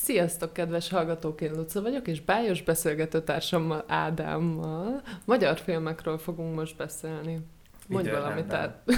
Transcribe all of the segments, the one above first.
Sziasztok, kedves hallgatók, én Luca vagyok, és bájos beszélgetőtársammal, Ádámmal magyar filmekről fogunk most beszélni. Mondj valamit,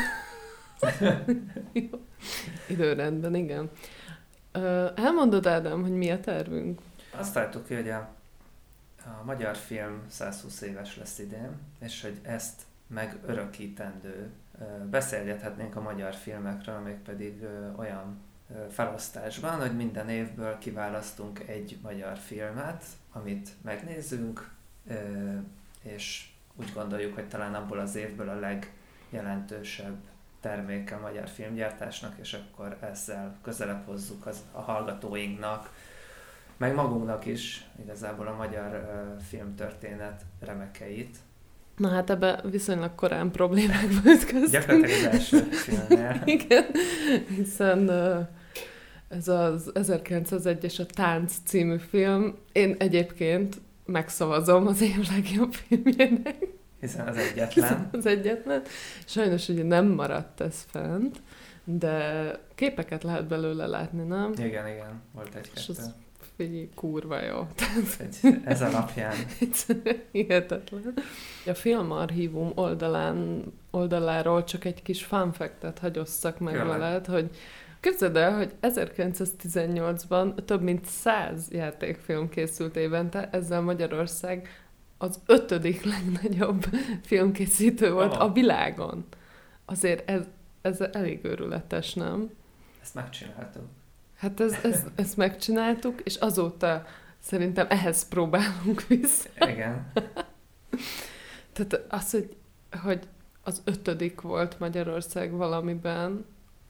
Jó. Időrendben, igen. Elmondod, Ádám, hogy mi a tervünk? Azt láttuk ki, hogy a magyar film 120 éves lesz idén, és hogy ezt megörökítendő beszélgethetnénk a magyar filmekről, mégpedig olyan felosztásban, hogy minden évből kiválasztunk egy magyar filmet, amit megnézünk, és úgy gondoljuk, hogy talán abból az évből a legjelentősebb terméke a magyar filmgyártásnak, és akkor ezzel közelebb hozzuk a hallgatóinknak, meg magunknak is igazából a magyar filmtörténet remekeit. Na hát ebbe viszonylag korán problémákba ütköztünk. Gyakorlatilag az első filmnél. Igen, hiszen ez az 1901 és a Tánc című film, én egyébként megszavazom az év legjobb filmjének. Hiszen az egyetlen. Az egyetlen. Sajnos ugye nem maradt ez fent, de képeket lehet belőle látni, nem? Igen, volt egy-kettő. Figyelj, kurva jó. Ez alapján. Hihetetlen. A Filmarchívum oldaláról csak egy kis fun fact-et hagyosszak meg veled, hogy képzeld el, hogy 1918-ban több mint 100 játékfilm készült évente, ezzel Magyarország az 5. legnagyobb filmkészítő volt a világon. Azért ez elég őrületes, nem? Ezt megcsináltuk. Hát ezt megcsináltuk, és azóta szerintem ehhez próbálunk vissza. Igen. Tehát az, hogy az 5. volt Magyarország valamiben.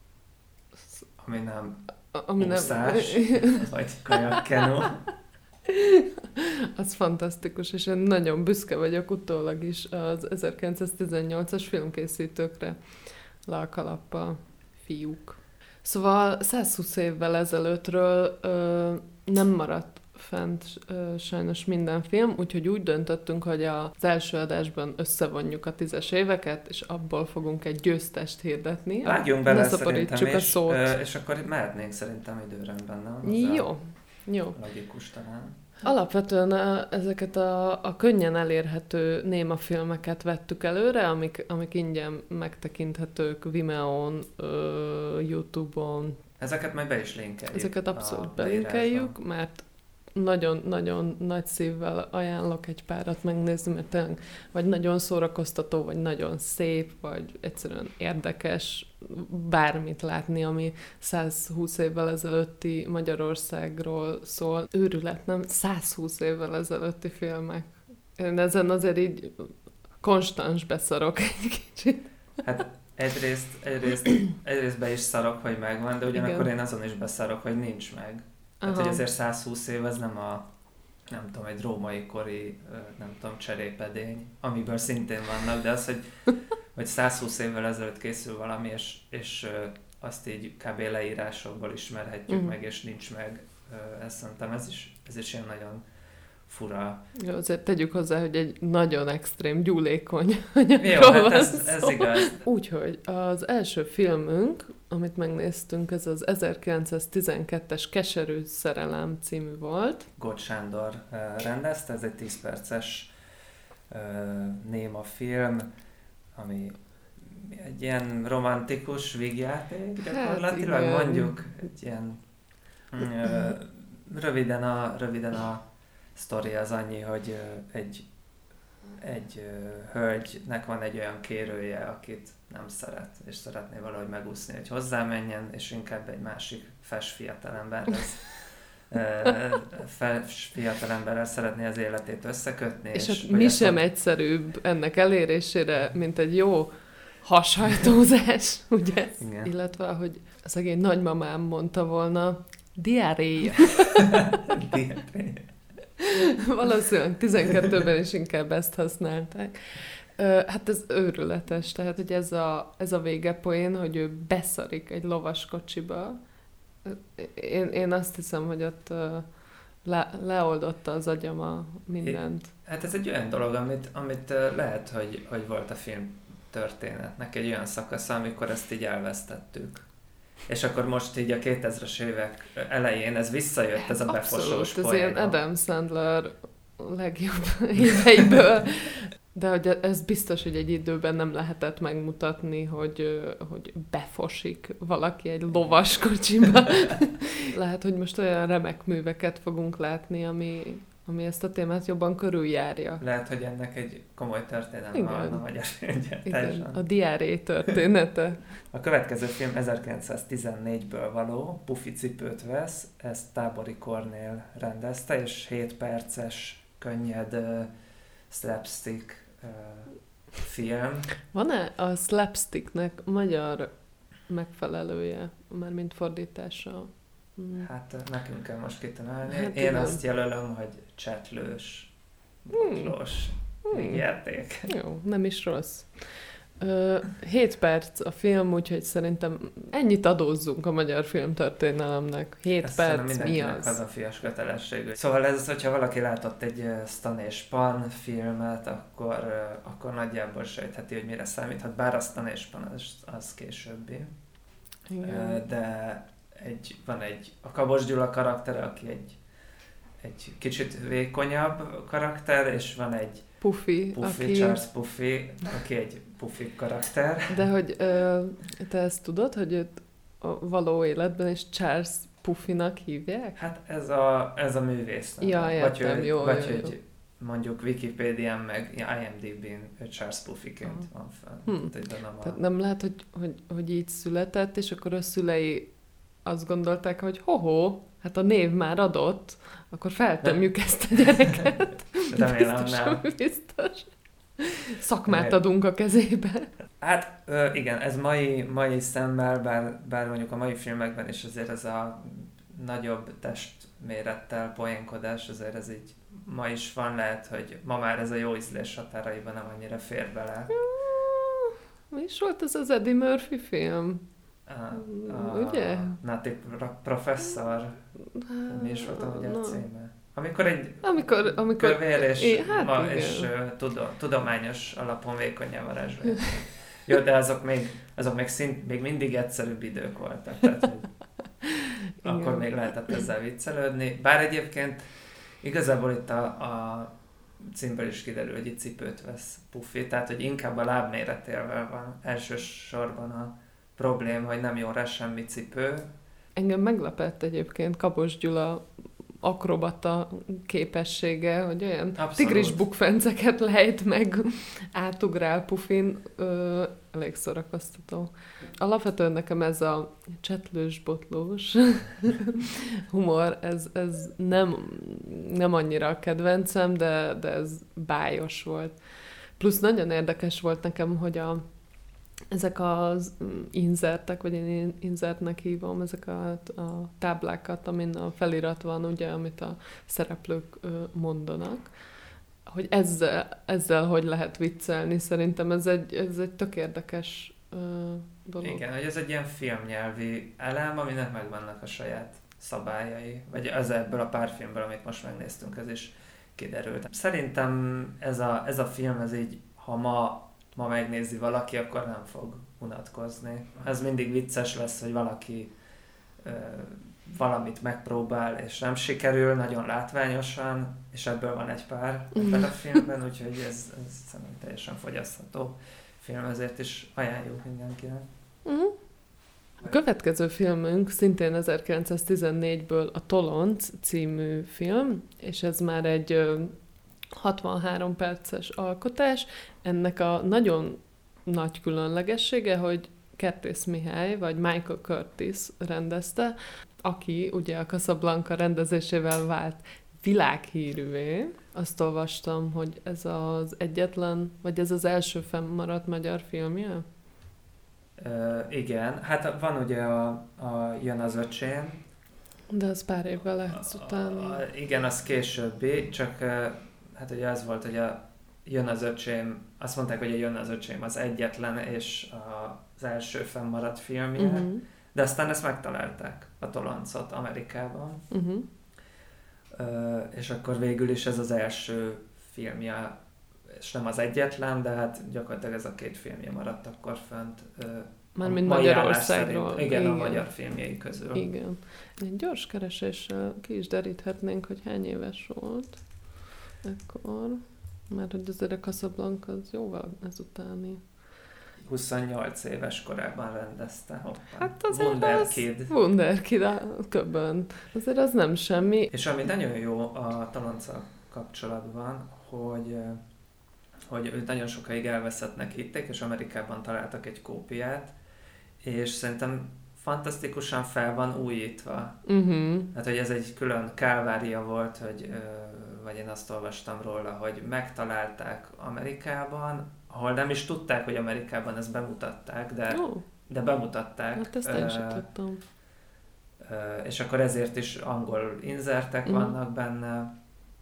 Ami nem úszás, vagy kajakkenó. Az fantasztikus, és én nagyon büszke vagyok utólag is az 1918-as filmkészítőkre. Le a kalappal, fiúk. Szóval 120 évvel ezelőttről nem maradt fent sajnos minden film, úgyhogy úgy döntöttünk, hogy az első adásban összevonjuk a 10-es éveket, és abból fogunk egy győztest hirdetni. Vágjunk bele szerintem is, a szót. És akkor mehetnénk szerintem időrendben, nem? Jó. Logikus talán. Alapvetően ezeket a könnyen elérhető némafilmeket vettük előre, amik ingyen megtekinthetők Vimeón, YouTube-on. Ezeket majd be is linkeljük. Ezeket abszolút belinkeljük, mert nagyon-nagyon nagy szívvel ajánlok egy párat megnézni, mert tényleg vagy nagyon szórakoztató, vagy nagyon szép, vagy egyszerűen érdekes bármit látni, ami 120 évvel ezelőtti Magyarországról szól. Őrület, nem? 120 évvel ezelőtti filmek. Én ezen azért így konstans beszarok egy kicsit. Hát egyrészt be is szarok, hogy megvan, de ugyanakkor én azon is beszarok, hogy nincs meg. Hát, hogy azért 120 év, ez nem tudom, egy római kori, cserépedény, amiből szintén vannak, de az, hogy 120 évvel ezelőtt készül valami, és azt így kb. Leírásokból ismerhetjük meg, és nincs meg, ezt szerintem ez is ilyen nagyon fura. Jó, azért tegyük hozzá, hogy egy nagyon extrém, gyúlékony anyagról van ez igaz. Úgyhogy az első filmünk, amit megnéztünk, ez az 1912-es Keserű szerelem című volt. Góth Sándor rendezte, ez egy 10 perces néma film, ami egy ilyen romantikus vígjáték, gyakorlatilag mondjuk, egy ilyen röviden a sztori az annyi, hogy egy hölgynek van egy olyan kérője, akit nem szeret, és szeretné valahogy megúszni, hogy hozzámenjen, és inkább egy másik fiatalemberrel szeretné az életét összekötni. És mi sem egyszerűbb ennek elérésére, mint egy jó hashajtózás, ugye? Igen. Illetve, hogy a szegény nagymamám mondta volna, diáréja. Diáréja. Valószínűleg 12-ben is inkább ezt használták. Hát ez őrületes, tehát hogy ez a végepoén, hogy ő beszarik egy lovaskocsiba. Én azt hiszem, hogy ott leoldotta az agyam mindent. Hát ez egy olyan dolog, amit lehet, hogy volt a film történetnek egy olyan szakasza, amikor ezt így elvesztettük. És akkor most így a 2000-es évek elején ez visszajött, ez a befosós poén. Ez ilyen Adam Sandler legjobb éveiből. De hogy ez biztos, hogy egy időben nem lehetett megmutatni, hogy befosik valaki egy lovaskocsiba. Lehet, hogy most olyan remek műveket fogunk látni, ami ezt a témát jobban körüljárja. Lehet, hogy ennek egy komoly történelme van a magyar filmje. Igen, a diáré története. A következő film 1914-ből való, Pufi cipőt vesz, ezt Tábori Kornél rendezte, és 7 perces, könnyed slapstick film. Van-e a slapsticknek magyar megfelelője, mármint fordítása? Hát nekünk kell most kitalálni. Hát én azt jelölöm, hogy csetlős, botlós játék. Jó, nem is rossz. 7 perc a film, úgyhogy szerintem ennyit adózzunk a magyar filmtörténelemnek. 7 ezt perc, mi az? hazafias kötelességű. Szóval ez, hogyha valaki látott egy Stan és Pan filmet, akkor nagyjából sejtheti, hogy mire számíthat, bár a Stan és Pan az későbbi. Igen. De van a Kabos Gyula karaktere, aki egy kicsit vékonyabb karakter, és van egy Pufi, Charles Pufi, aki egy Pufi karakter. De hogy te ezt tudod, hogy őt a való életben is Charles Puffinak hívják? Hát ez a művész. Ja, értem, jó. Hogy mondjuk Wikipédián meg IMDb-n Charles Puffiként van fel. Tehát nem lehet, hogy így született, és akkor a szülei azt gondolták, hogy hát a név már adott, akkor feltömjük ezt a gyereket. Remélem nem. Biztos. Szakmát adunk a kezébe. Hát igen, ez mai szemmel, bár mondjuk a mai filmekben is azért ez a nagyobb testmérettel poénkodás, azért ez így ma is van, lehet, hogy ma már ez a jó ízlés határaiban nem annyira fér bele. Mi is volt ez az Eddie Murphy film? Ugye? Nati Professzor. Mi is volt ugye a címe? Amikor kövér és tudományos alapon vékonyan varázsol. Jó, de azok még mindig egyszerűbb idők voltak. Tehát, hogy akkor még lehetett ezzel viccelődni. Bár egyébként igazából itt a címből is kiderül, hogy itt cipőt vesz Pufi, tehát hogy inkább a lábméretével van elsősorban a probléma, hogy nem jól rá semmi cipő. Engem meglepett egyébként Kabos Gyula akrobata képessége, hogy olyan tigris bukfenceket lejt meg, átugrál Pufin, elég szórakoztató. Alapvetően nekem ez a csetlős-botlós humor, ez nem annyira a kedvencem, de ez bájos volt. Plusz nagyon érdekes volt nekem, hogy ezek az inzertek, vagy én inzertnek hívom, ezek a táblákat, amin a felirat van, ugye, amit a szereplők mondanak, hogy ezzel hogy lehet viccelni. Szerintem ez egy tök érdekes dolog. Igen, hogy ez egy ilyen filmnyelvi elem, aminek megvannak a saját szabályai, vagy az ebből a pár filmből, amit most megnéztünk, ez is kiderült. Szerintem ez a film, ez így, ha ma megnézi valaki, akkor nem fog unatkozni. Ez mindig vicces lesz, hogy valaki valamit megpróbál, és nem sikerül, nagyon látványosan, és ebből van egy pár ebben a filmben, úgyhogy ez szerintem teljesen fogyasztható film, ezért is ajánljuk mindenkinek. A következő filmünk szintén 1914-ből a Tolonc című film, és ez már egy 63 perces alkotás. Ennek a nagyon nagy különlegessége, hogy Kertész Mihály, vagy Michael Curtis rendezte, aki ugye a Casablanca rendezésével vált világhírűvé. Azt olvastam, hogy ez az egyetlen, vagy ez az első fennmaradt magyar filmje? Igen, hát van ugye a Jön az öcsém. De az pár évvel lesz utána. Igen, az későbbi, csak hát ugye az volt, hogy a Jön az öcsém, azt mondták, hogy a Jön az öcsém az egyetlen és az első fennmaradt filmje, de aztán ezt megtalálták, a Toloncot Amerikában. És akkor végül is ez az első filmje, és nem az egyetlen, de hát gyakorlatilag ez a két filmje maradt akkor fönt Mármint Magyarországról. Igen, a magyar filmjei közül. Igen. Egy gyors kereséssel ki is deríthetnénk, hogy hány éves volt ekkor, mert hogy azért a Casablanca az jóval ezutáni. 28 éves korában rendezte. Hoppá. Hát azért Wunderkid a köbön. Azért az nem semmi. És ami nagyon jó a Talonccal kapcsolatban, hogy őt nagyon sokáig elveszettnek hitték, és Amerikában találtak egy kópiát, és szerintem fantasztikusan fel van újítva. Hát, hogy ez egy külön kálvária volt, vagy én azt olvastam róla, hogy megtalálták Amerikában, ahol nem is tudták, hogy Amerikában ezt bemutatták, de bemutatták. Hát ezt én sem tudtam. És akkor ezért is angol inzertek vannak benne,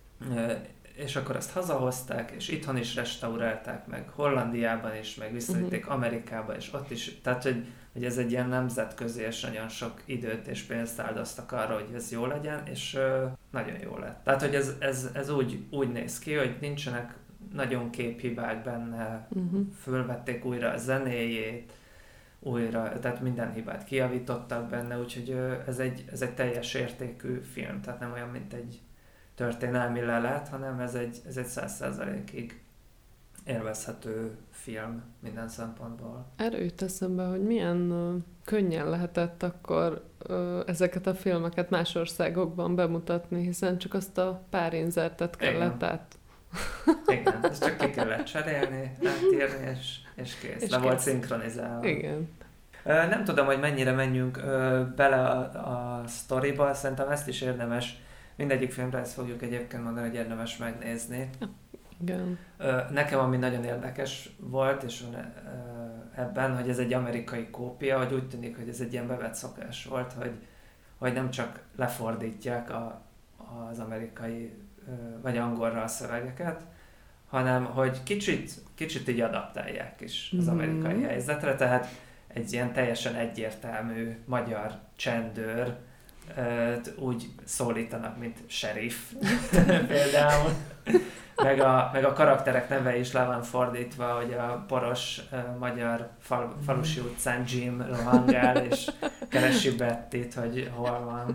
és akkor azt hazahozták, és itthon is restaurálták, meg Hollandiában is, meg visszavitték Amerikába, és ott is, tehát hogy ez egy ilyen nemzetközi, és nagyon sok időt és pénzt áldoztak arra, hogy ez jó legyen, és nagyon jó lett. Tehát, hogy ez úgy néz ki, hogy nincsenek nagyon képhibák benne, fölvették újra a zenéjét, tehát minden hibát kijavítottak benne, úgyhogy ez egy teljes értékű film, tehát nem olyan, mint egy történelmi lelet, hanem ez egy 100%-ig élvezhető film minden szempontból. Erről jut eszembe, hogy milyen könnyen lehetett akkor ezeket a filmeket más országokban bemutatni, hiszen csak azt a pár inzertet kellett át. Igen, ezt csak ki kellett cserélni, átírni, és kész. Le volt szinkronizálva. Igen. Nem tudom, hogy mennyire menjünk bele a sztoriba, szerintem ezt is érdemes. Mindegyik filmre ezt fogjuk egyébként mondani, hogy érdemes megnézni. Igen. Nekem ami nagyon érdekes volt, és ebben, hogy ez egy amerikai kópia, hogy úgy tűnik, hogy ez egy ilyen bevett szokás volt, hogy nem csak lefordítják az amerikai vagy angolra a szövegeket, hanem hogy kicsit így adaptálják is az amerikai helyzetre, tehát egy ilyen teljesen egyértelmű magyar csendőr úgy szólítanak, mint sheriff például. Meg a karakterek neve is le van fordítva, hogy a poros magyar falusi utcán Jim rohangál, és keresi Bettit, hogy hol van.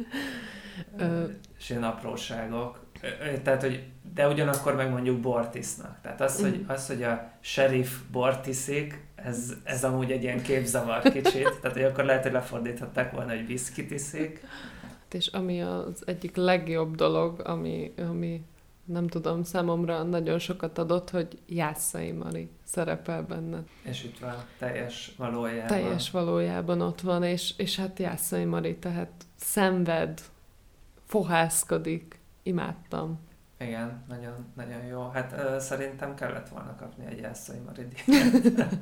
És ilyen apróságok. Tehát, de ugyanakkor meg mondjuk bort isznak. Tehát az, hogy a sheriff bort iszik, ez amúgy egy ilyen képzavar kicsit. Tehát, hogy akkor lehet, hogy lefordíthatták volna, hogy viszkit iszik. És ami az egyik legjobb dolog, ami nem tudom, számomra nagyon sokat adott, hogy Jászai Mari szerepel benne. És itt van, teljes valójában. Teljes valójában ott van, és hát Jászai Mari, tehát szenved, fohászkodik, imádtam. Igen, nagyon, nagyon jó. Hát szerintem kellett volna kapni egy Jászai Mari díjat.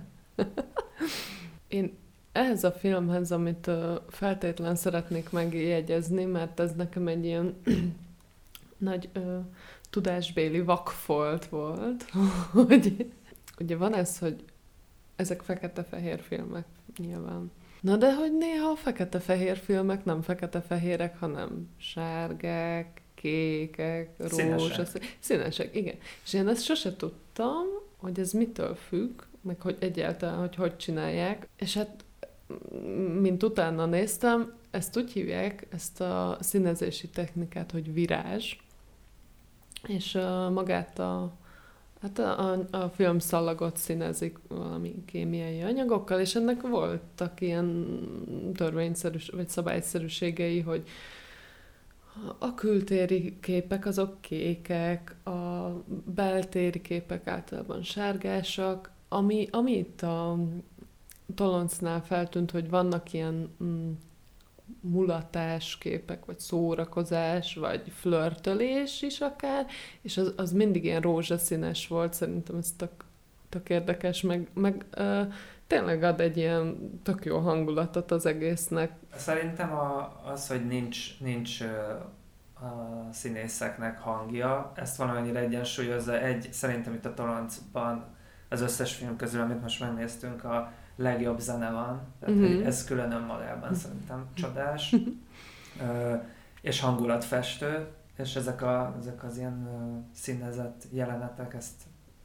Én ehhez a filmhez, amit feltétlen szeretnék megjegyezni, mert ez nekem egy ilyen nagy tudásbéli vakfolt volt, hogy ugye van ez, hogy ezek fekete-fehér filmek nyilván. Na de hogy néha a fekete-fehér filmek nem fekete-fehérek, hanem sárgák, kékek, színesek, igen. És én ezt sose tudtam, hogy ez mitől függ, meg hogy egyáltalán, hogy csinálják. És hát, mint utána néztem, ezt úgy hívják, ezt a színezési technikát, hogy virázs. És magát a filmszalagot színezik valami kémiai anyagokkal, és ennek voltak ilyen törvényszerűs, vagy szabályszerűségei, hogy a kültéri képek azok kékek, a beltéri képek általában sárgásak, ami itt a Toloncnál feltűnt, hogy vannak ilyen mulatás képek, vagy szórakozás, vagy flörtölés is akár, és az mindig ilyen rózsaszínes volt, szerintem ez tök érdekes, meg tényleg ad egy ilyen tök jó hangulatot az egésznek. Szerintem az, hogy nincs a színészeknek hangja, ezt valamennyire egyensúlyozza. Szerintem itt a Toloncban az összes film közül, amit most megnéztünk, a legjobb zene van, tehát ez külön önmagában szerintem csodás, és hangulatfestő, és ezek az ilyen színezett jelenetek, ezt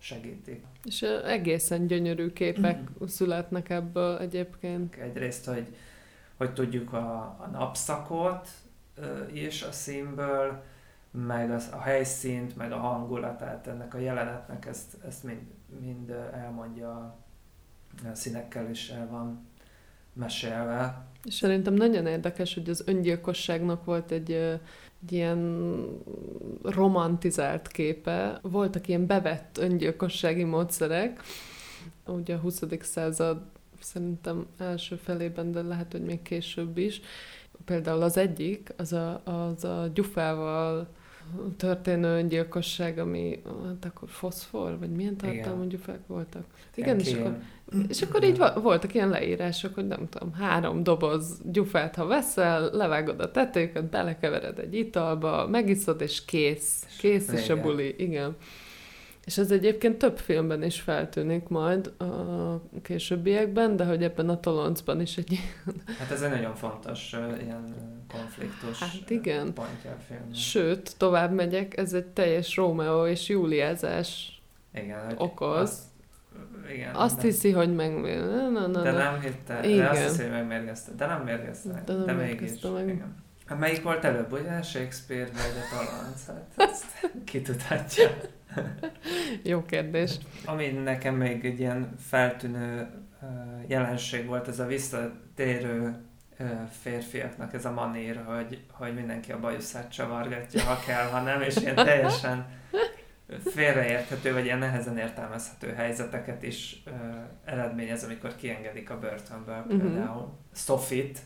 segítik. És egészen gyönyörű képek születnek ebből egyébként. Egyrészt, hogy tudjuk a napszakot is a színből, meg a helyszínt, meg a hangulatát ennek a jelenetnek, ezt mind elmondja, a színekkel is el van mesélve. És szerintem nagyon érdekes, hogy az öngyilkosságnak volt egy ilyen romantizált képe. Voltak ilyen bevett öngyilkossági módszerek, ugye a 20. század szerintem első felében, de lehet, hogy még később is. Például az egyik, az a gyufával történő öngyilkosság, ami hát akkor foszfor, vagy milyen tartalmú gyufák voltak. Igen, és akkor így voltak ilyen leírások, hogy nem tudom, 3 doboz gyufát, ha veszel, levágod a tetőket, belekevered egy italba, megiszod, és kész. Kész is a buli, igen. És ez egyébként több filmben is feltűnik majd a későbbiekben, de hogy ebben a Toloncban is egy Hát ez egy nagyon fontos ilyen konfliktus pontja a filmnek. Sőt, tovább megyek, ez egy teljes Rómeó és Júliázás okoz. Azt hiszi, hogy De nem hitte. Igen. De azt hiszi, hogy megmérgezte. De nem mérgezte. De mégis. Igen. Hát melyik volt előbb, ugye? Shakespeare vagy a Tolonc? Hát ezt ki tudhatja. Jó kérdés. Ami nekem még egy ilyen feltűnő jelenség volt, ez a visszatérő férfiaknak ez a manír, hogy mindenki a bajuszát csavargatja, ha kell, ha nem, és ilyen teljesen félreérthető, vagy ilyen nehezen értelmezhető helyzeteket is eredményez, amikor kiengedik a börtönből, például Sophie-t.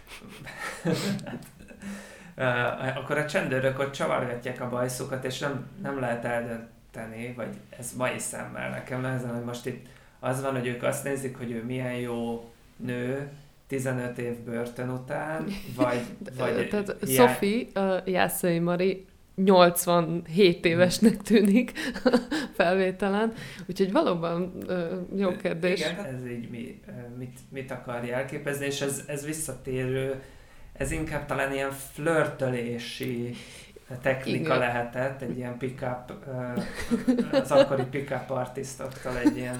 Akkor a csendőrök ott csavargatják a bajszukat, és nem lehet eldönteni, vagy ez mai szemmel nekem nehezen, hogy most itt az van, hogy ők azt nézik, hogy ő milyen jó nő 15 év börtön után, vagy tehát Sophie, Jászai Mari 87 évesnek tűnik felvételen, úgyhogy valóban jó kérdés. Igen, ez így mit akar jelképezni, és ez visszatérő, ez inkább talán ilyen flörtölési technika lehetett, egy ilyen pick-up, az akkori pick-up artistoktól egy ilyen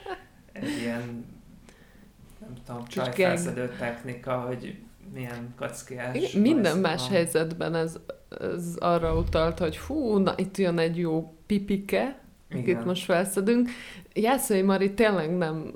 nem tudom, csajfelszedő technika, hogy milyen kockiás. Minden más helyzetben ez arra utalt, hogy hú, na itt jön egy jó pipike, akit most felszedünk. Jászai Mari tényleg nem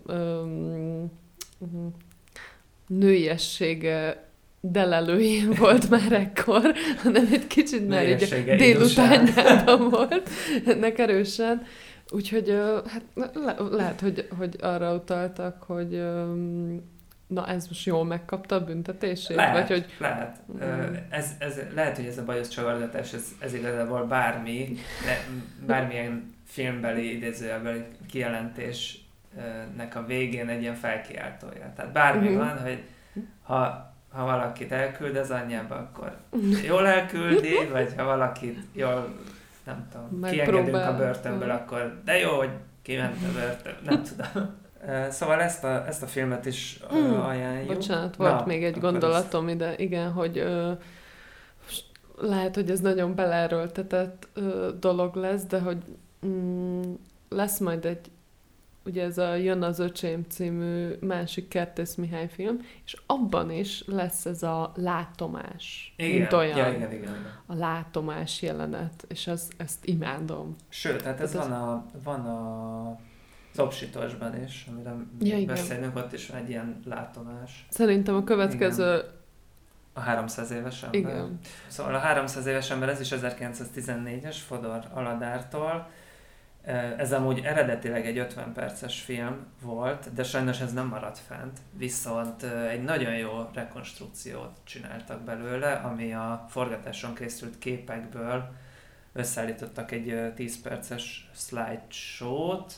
nőiessége delelőjén volt már ekkor, hanem egy kicsit már így délutánjában volt ennek erősen. Úgyhogy hát lehet, hogy arra utaltak, hogy na ez most jól megkapta a büntetését? Lehet, vagy, hogy... lehet. Ez lehet, hogy ez a bajuszcsavargatás, ez igazából bármilyen filmbeli, idézőjelbeli kijelentésnek a végén egy ilyen felkiáltója. Tehát bármi van, hogy ha valakit elküld az anyjába, akkor jól elküldi, vagy ha valakit jól, nem tudom, kiengedünk a börtönből, akkor de jó, hogy kiment a börtön, nem tudom. Szóval ezt a filmet is ajánljuk. Bocsánat, volt még egy gondolatom ide, igen, hogy lehet, hogy ez nagyon beleerőltetett dolog lesz, de hogy lesz majd ugye ez a Jön az öcsém című másik Kertész Mihály film, és abban is lesz ez a látomás. Igen, mint olyan. Ja, igen. A látomás jelenet, és ezt imádom. Sőt, hát ez van a Zopsitosban is, amiről beszélünk, ott is van egy ilyen látomás. Szerintem a következő... Igen. A 300 éves ember. Igen. Szóval a 300 éves ember, ez is 1914-es Fodor Aladártól. Ez amúgy eredetileg egy 50 perces film volt, de sajnos ez nem maradt fent. Viszont egy nagyon jó rekonstrukciót csináltak belőle, ami a forgatáson készült képekből összeállítottak egy 10 perces slideshow-t.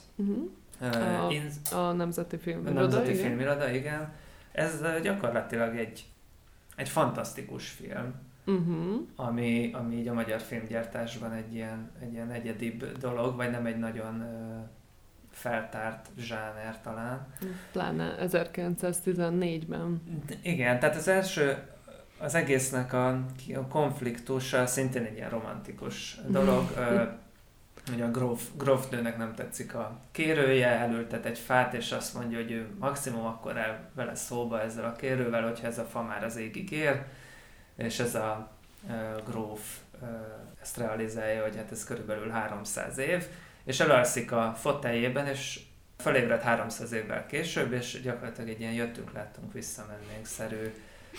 A Nemzeti Filmiroda. A Nemzeti Filmiroda, igen. Ez gyakorlatilag egy fantasztikus film, ami így a magyar filmgyártásban egy ilyen egyedibb dolog, vagy nem egy nagyon feltárt zsáner talán. Pláne 1914-ben. Igen, tehát az egésznek a konfliktusa szintén egy ilyen romantikus dolog. ugye a grófnőnek nem tetszik a kérője, elültet egy fát, és azt mondja, hogy ő maximum akkor el vele szóba ezzel a kérővel, hogyha ez a fa már az égig ér, és ez a gróf ezt realizálja, hogy hát ez körülbelül 300 év, és elalszik a foteljében, és felébred 300 évvel később, és gyakorlatilag egy ilyen jöttünk-láttunk visszamennénk-szerű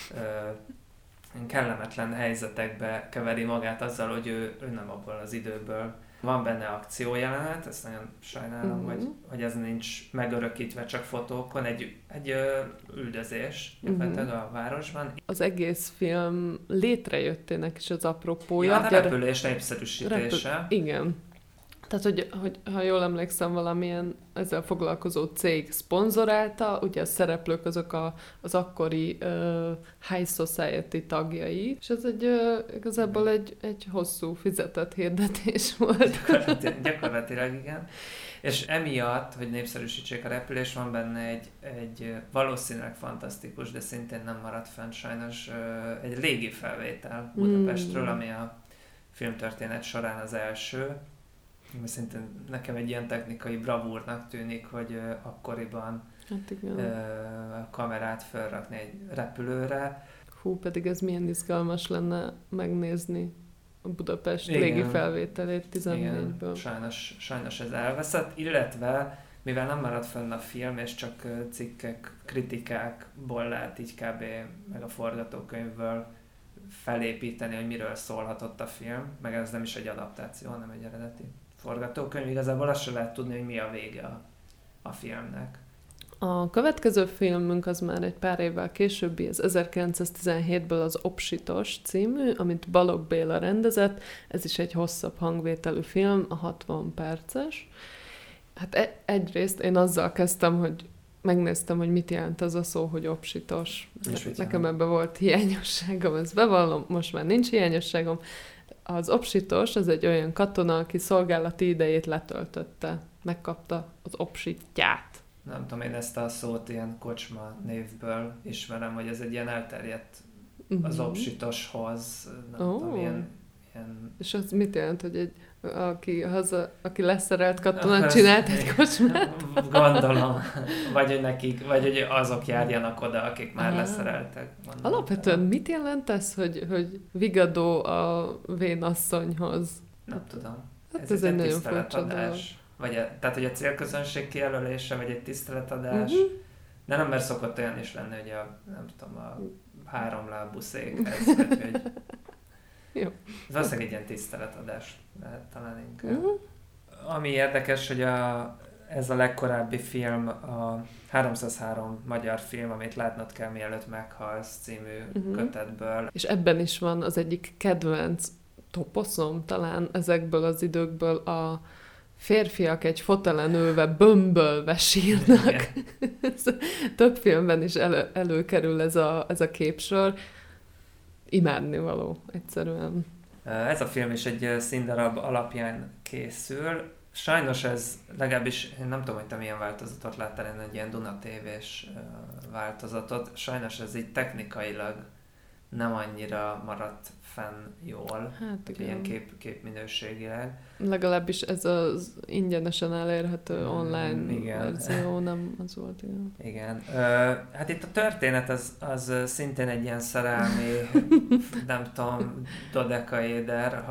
kellemetlen helyzetekbe keveri magát azzal, hogy ő nem abból az időből. Van benne akciójelenet, ezt nagyon sajnálom, hogy ez nincs megörökítve csak fotókon, egy üldözés gyakorlatilag a városban. Az egész film létrejöttének is az apropója. Ja, a repülés népszerűsítése. Igen. Tehát, hogy ha jól emlékszem, valamilyen ezzel foglalkozó cég szponzorálta, ugye a szereplők azok az akkori high society tagjai, és ez igazából egy hosszú fizetett hirdetés volt. Gyakorlatilag igen. És emiatt, hogy népszerűsítsék a repülést, van benne egy valószínűleg fantasztikus, de szintén nem maradt fenn sajnos, egy légifelvétel Budapestről, ami a filmtörténet során az első. Szintén nekem egy ilyen technikai bravúrnak tűnik, hogy akkoriban a kamerát felrakni egy repülőre. Hú, pedig ez milyen izgalmas lenne megnézni a Budapest légi felvételét 14-ből. Sajnos ez elveszett, illetve mivel nem maradt fenn a film, és csak cikkek, kritikákból lehet így kb. Meg a forgatókönyvből felépíteni, hogy miről szólhatott a film, meg ez nem is egy adaptáció, hanem egy eredeti forgatókönyv. Igazából azt sem lehet tudni, hogy mi a vége a filmnek. A következő filmünk az már egy pár évvel későbbi, az 1917-ből az Opsitos című, amit Balogh Béla rendezett. Ez is egy hosszabb hangvételű film, a 60 perces. Hát egyrészt én azzal kezdtem, hogy megnéztem, hogy mit jelent az a szó, hogy opsitos. Nekem ebben volt hiányosságom, ezt bevallom, most már nincs hiányosságom. Az opsitos az egy olyan katona, aki szolgálati idejét letöltötte. Megkapta az opsitját. Nem tudom, én ezt a szót ilyen kocsma névből ismerem, hogy ez egy ilyen elterjedt az opsitoshoz. Nem tudom, ilyen... És az mit jelent, hogy aki leszerelt katonát csinált egy kocsmát? Gondolom. Vagy hogy azok járjanak oda, akik már leszereltek. Gondolom. Alapvetően mit jelent ez, hogy vigadó a vénasszonyhoz? Nem tudom. Hát ez egy nagyon furcsa dolog. Tehát, hogy a célközönség kijelölése, vagy egy tiszteletadás. De nem, mert szokott olyan is lenni, hogy a háromlábú székhez, hogy jó. Ez valószínűleg egy ilyen tiszteletadás lehet talán inkább. Ami érdekes, hogy ez a legkorábbi film, a 303 magyar film, amit látnod kell, mielőtt meghalsz című kötetből. És ebben is van az egyik kedvenc toposzom talán ezekből az időkből, a férfiak egy fotelen ülve bömbölve sírnak. Több filmben is előkerül ez a képsor. Imádnivaló, egyszerűen. Ez a film is egy színdarab alapján készül. Sajnos ez, legalábbis én nem tudom, hogy te milyen változatot láttál, én egy ilyen Duna TV-s változatot. Sajnos ez így technikailag nem annyira maradt fenn jól, hát ilyen képminőségileg. Legalábbis ez az ingyenesen elérhető online verzió nem az volt, igen. Igen. Hát itt a történet az szintén egy ilyen szerelmi, nem tudom, dodekaéder,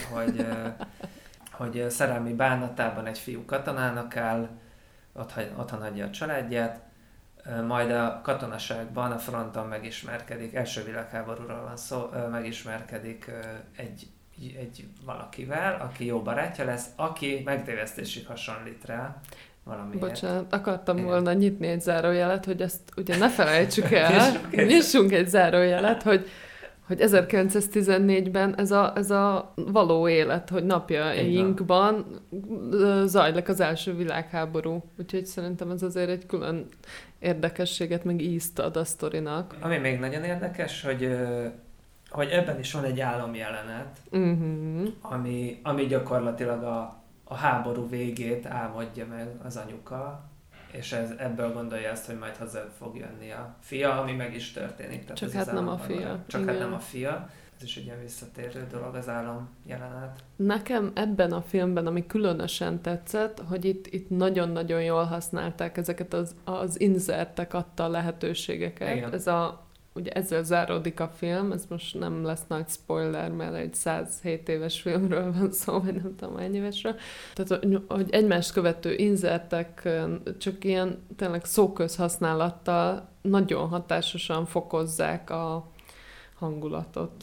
hogy szerelmi bánatában egy fiú katonának áll, otthon hagyja a családját, majd a katonaságban, a fronton megismerkedik, első világháborúról van szó, megismerkedik egy valakivel, aki jó barátja lesz, aki megtévesztésig hasonlít rá valamiért. Bocsánat, akartam volna nyitni egy zárójelet, hogy ezt ugye ne felejtsük el, nyissunk egy zárójelet, hogy 1914-ben ez a való élet, hogy napjainkban zajlik az első világháború. Úgyhogy szerintem ez azért egy külön érdekességet, meg ízt ad a sztorinak. Ami még nagyon érdekes, hogy ebben is van egy álomjelenet, ami gyakorlatilag a háború végét álmodja meg az anyuka, és ebből gondolja azt, hogy majd haza fog jönni a fia, ami meg is történik. Tehát csak hát nem a fia. Csak hát nem a fia. Ez is egy ilyen visszatérő dolog, az álom jelenet. Nekem ebben a filmben, ami különösen tetszett, hogy itt nagyon-nagyon jól használták ezeket az insertek adta lehetőségeket. Igen. Ugye ezzel záródik a film, ez most nem lesz nagy spoiler, mert egy 107 éves filmről van szó, vagy nem tudom hány évesről. Tehát, hogy egymást követő insertek csak ilyen tényleg szóközhasználattal nagyon hatásosan fokozzák a hangulatot.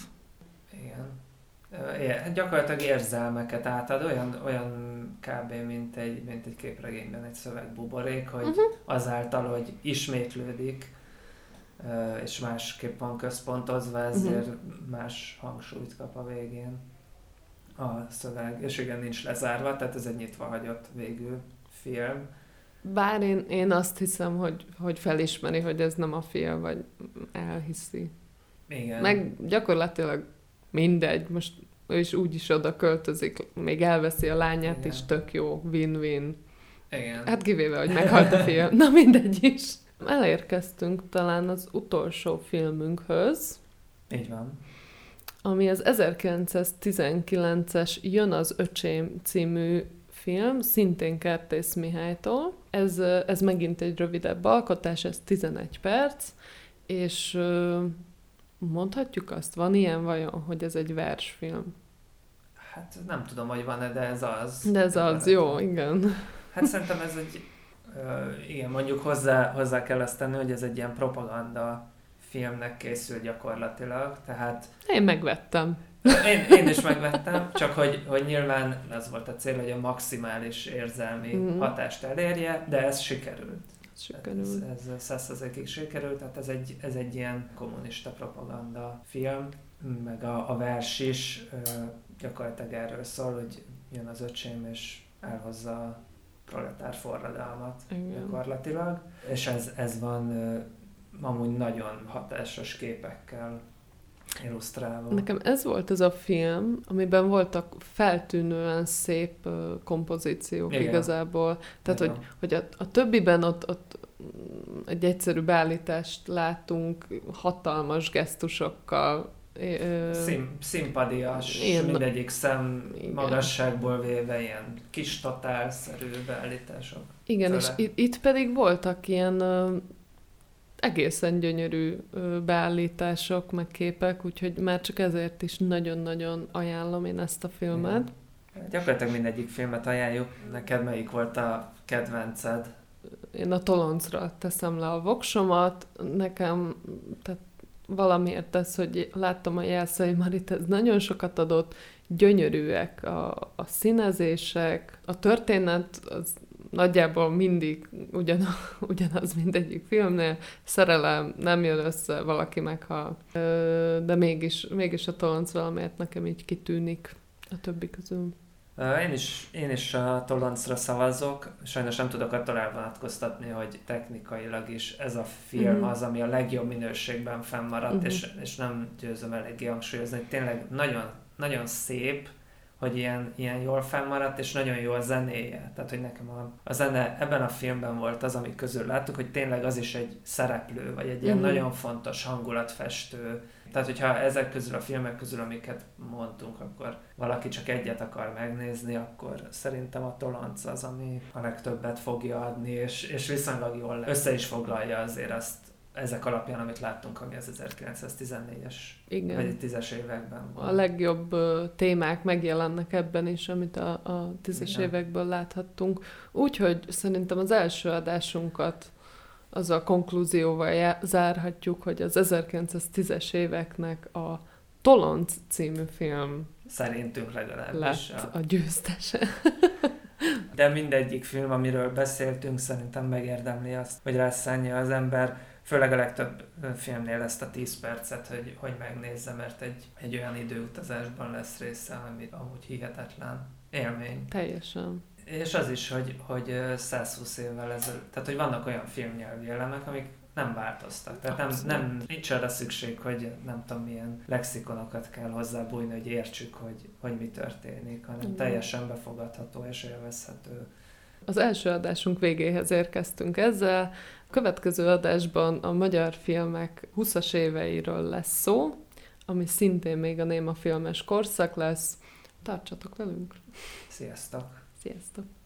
Igen. Gyakorlatilag érzelmeket átad, olyan kb. mint egy képregényben egy szövegbuborék, hogy azáltal, hogy ismétlődik, és másképp van központozva, ezért más hangsúlyt kap a végén a szöveg. És igen, nincs lezárva, tehát ez egy nyitva hagyott végű film. Bár én azt hiszem, hogy felismeri, hogy ez nem a fia, vagy elhiszi. Igen. Meg gyakorlatilag mindegy, most ő is úgy is oda költözik, még elveszi a lányát, igen. És tök jó, win-win. Igen. Hát kivéve, hogy meghalt a fia. Na mindegy is. Elérkeztünk talán az utolsó filmünkhöz. Így van. Ami az 1919-es Jön az öcsém című film, szintén Kertész Mihálytól. Ez megint egy rövidebb alkotás, ez 11 perc, és mondhatjuk azt, van ilyen vajon, hogy ez egy versfilm? Hát nem tudom, hogy van-e, de ez az. De ez az, jó, igen. Hát szerintem ez egy, igen, mondjuk hozzá kell azt tenni, hogy ez egy ilyen propaganda filmnek készül gyakorlatilag, tehát... Én megvettem. Én is megvettem, csak hogy nyilván az volt a cél, hogy a maximális érzelmi hatást elérje, de ez sikerült. Ez 100%-ig sikerült, tehát ez egy ilyen kommunista propaganda film, meg a vers is gyakorlatilag erről szól, hogy jön az öcsém és elhozza a proletár forradalmat. Igen. Gyakorlatilag, és ez van amúgy nagyon hatásos képekkel illusztrálva. Nekem ez volt az a film, amiben voltak feltűnően szép kompozíciók. Igen. Igazából. Tehát, hogy a többiben ott egy egyszerű beállítást látunk hatalmas gesztusokkal. Szimpadias, mindegyik szem magasságból véve ilyen kis totálszerű beállítások. Igen, és itt pedig voltak ilyen egészen gyönyörű beállítások, meg képek, úgyhogy már csak ezért is nagyon-nagyon ajánlom én ezt a filmet. Igen. Gyakorlatilag mindegyik filmet ajánljuk. Neked melyik volt a kedvenced? Én a Toloncra teszem le a voksomat. Nekem tehát valamiért ez, hogy láttam a Jászai Marit, ez nagyon sokat adott. Gyönyörűek a színezések, a történet az nagyjából mindig ugyanaz mindegyik filmnél. Szerelem, nem jön össze, valaki meghal. De mégis a Tolonc valamiért nekem így kitűnik a többi közül. Én is a Toloncra szavazok. Sajnos nem tudok attól elvonatkoztatni, hogy technikailag is ez a film az, ami a legjobb minőségben fennmaradt, és nem győzöm eléggé hangsúlyozni, hogy tényleg nagyon, nagyon szép, hogy ilyen jól fennmaradt, és nagyon jó a zenéje. Tehát, hogy nekem a zene ebben a filmben volt az, amik közül láttuk, hogy tényleg az is egy szereplő, vagy egy ilyen nagyon fontos hangulatfestő. Tehát, hogyha ezek közül a filmek közül, amiket mondtunk, akkor valaki csak egyet akar megnézni, akkor szerintem a Tolonc az, ami a legtöbbet fogja adni, és viszonylag jól össze is foglalja azért azt, ezek alapján, amit láttunk, ami az 1914-es, igen. Vagy 10-es években volt. A legjobb témák megjelennek ebben is, amit a 10-es évekből láthattunk. Úgyhogy szerintem az első adásunkat azzal a konklúzióval zárhatjuk, hogy az 1910-es éveknek a Tolonc című film szerintünk legalábbis lett a győztese. De mindegyik film, amiről beszéltünk, szerintem megérdemli azt, hogy rászánja az ember, főleg a legtöbb filmnél ezt a 10 percet, hogy megnézze, mert egy olyan időutazásban lesz része, ami amúgy hihetetlen élmény. Teljesen. És az is, hogy 120 évvel ezelőtt, tehát hogy vannak olyan filmnyelvi elemek, amik nem változtak. Tehát nincs arra szükség, hogy nem tudom milyen lexikonokat kell hozzábújni, hogy értsük, hogy mi történik, hanem teljesen befogadható és élvezhető. Az első adásunk végéhez érkeztünk ezzel. A következő adásban a magyar filmek 20-as éveiről lesz szó, ami szintén még a némafilmes korszak lesz. Tartsatok velünk! Sziasztok! Sziasztok!